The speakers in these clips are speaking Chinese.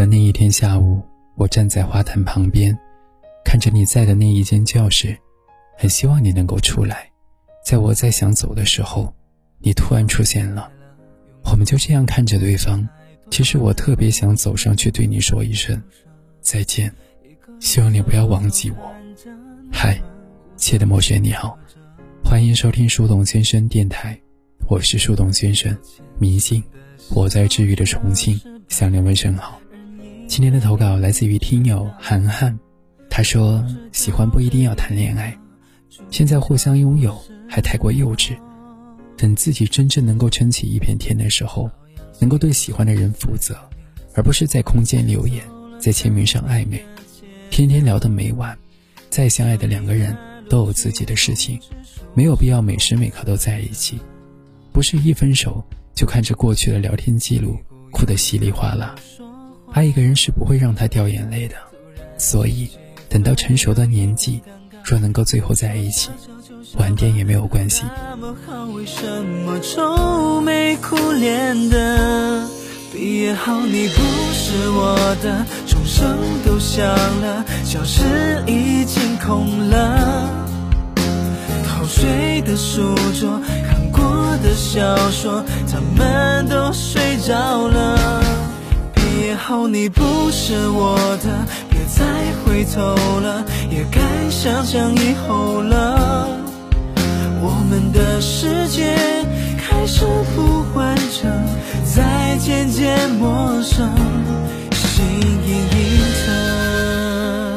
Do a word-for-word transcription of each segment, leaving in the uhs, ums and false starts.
得那一天下午，我站在花坛旁边，看着你在的那一间教室，很希望你能够出来。在我再想走的时候，你突然出现了，我们就这样看着对方。其实我特别想走上去对你说一声再见，希望你不要忘记我。嗨，亲爱的陌生人你好，欢迎收听树洞先生电台，我是树洞先生，迷信我在治愈的重庆，向两位问好。今天的投稿来自于听友涵涵，他说喜欢不一定要谈恋爱，现在互相拥有还太过幼稚，等自己真正能够撑起一片天的时候，能够对喜欢的人负责，而不是在空间留言，在签名上暧昧，天天聊得没完。再相爱的两个人都有自己的事情，没有必要每时每刻都在一起，不是一分手就看着过去的聊天记录哭得稀里哗啦。爱一个人是不会让他掉眼泪的，所以等到成熟的年纪，若能够最后在一起，晚点也没有关系。 那么好，为什么愁眉苦脸的？毕业后你不是我的，钟声都响了，教室已经空了，偷睡的书桌，看过的小说，他们都睡着了。毕业后你不是我的，别再回头了，也该想想以后了。我们的世界开始不完整，在渐渐陌生，心隐隐疼。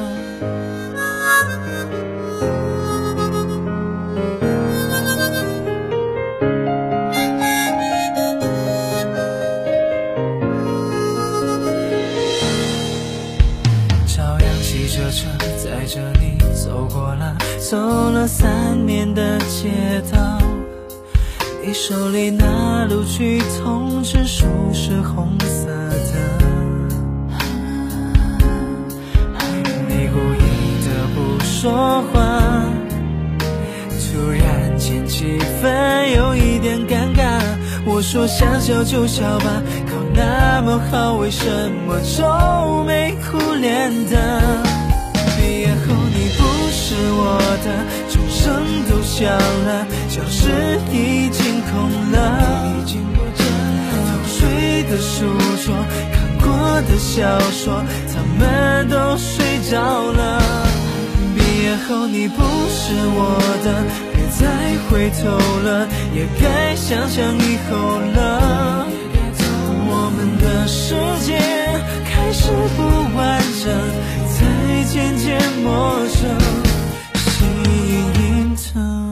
照样骑着车载着你走过了走了三年的街道，你手里那录取通知书是红色的，你故意的不说话，突然间气氛有一点尴尬。我说想笑就笑吧，考那么好，为什么愁眉苦脸的？毕业后你不是我的，钟声都响了，教室已经空了，偷睡的书桌，看过的小说，他们都睡着了。毕业后你不是我的，别再回头了，也该想想以后了。我们的世界开始不完整，在渐渐陌生，心隐隐疼。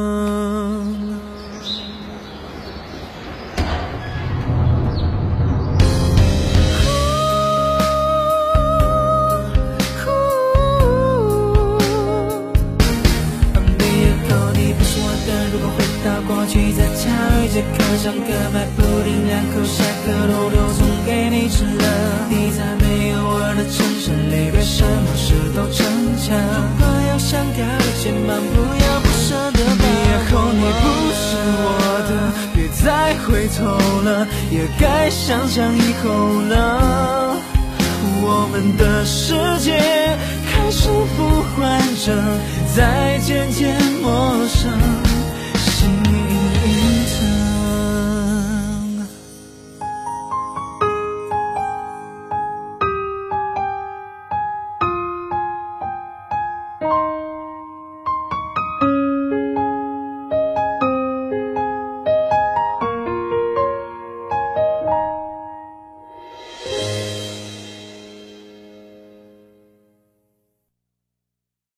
过去在家里这课上课买布丁，两口下课偷偷送给你吃了。你在没有我的城市里，别什么事都逞强。如果要想改变，千万不要不舍得。毕业后你不是我的，别再回头了，也该想想以后了。我们的世界开始不完整，在渐渐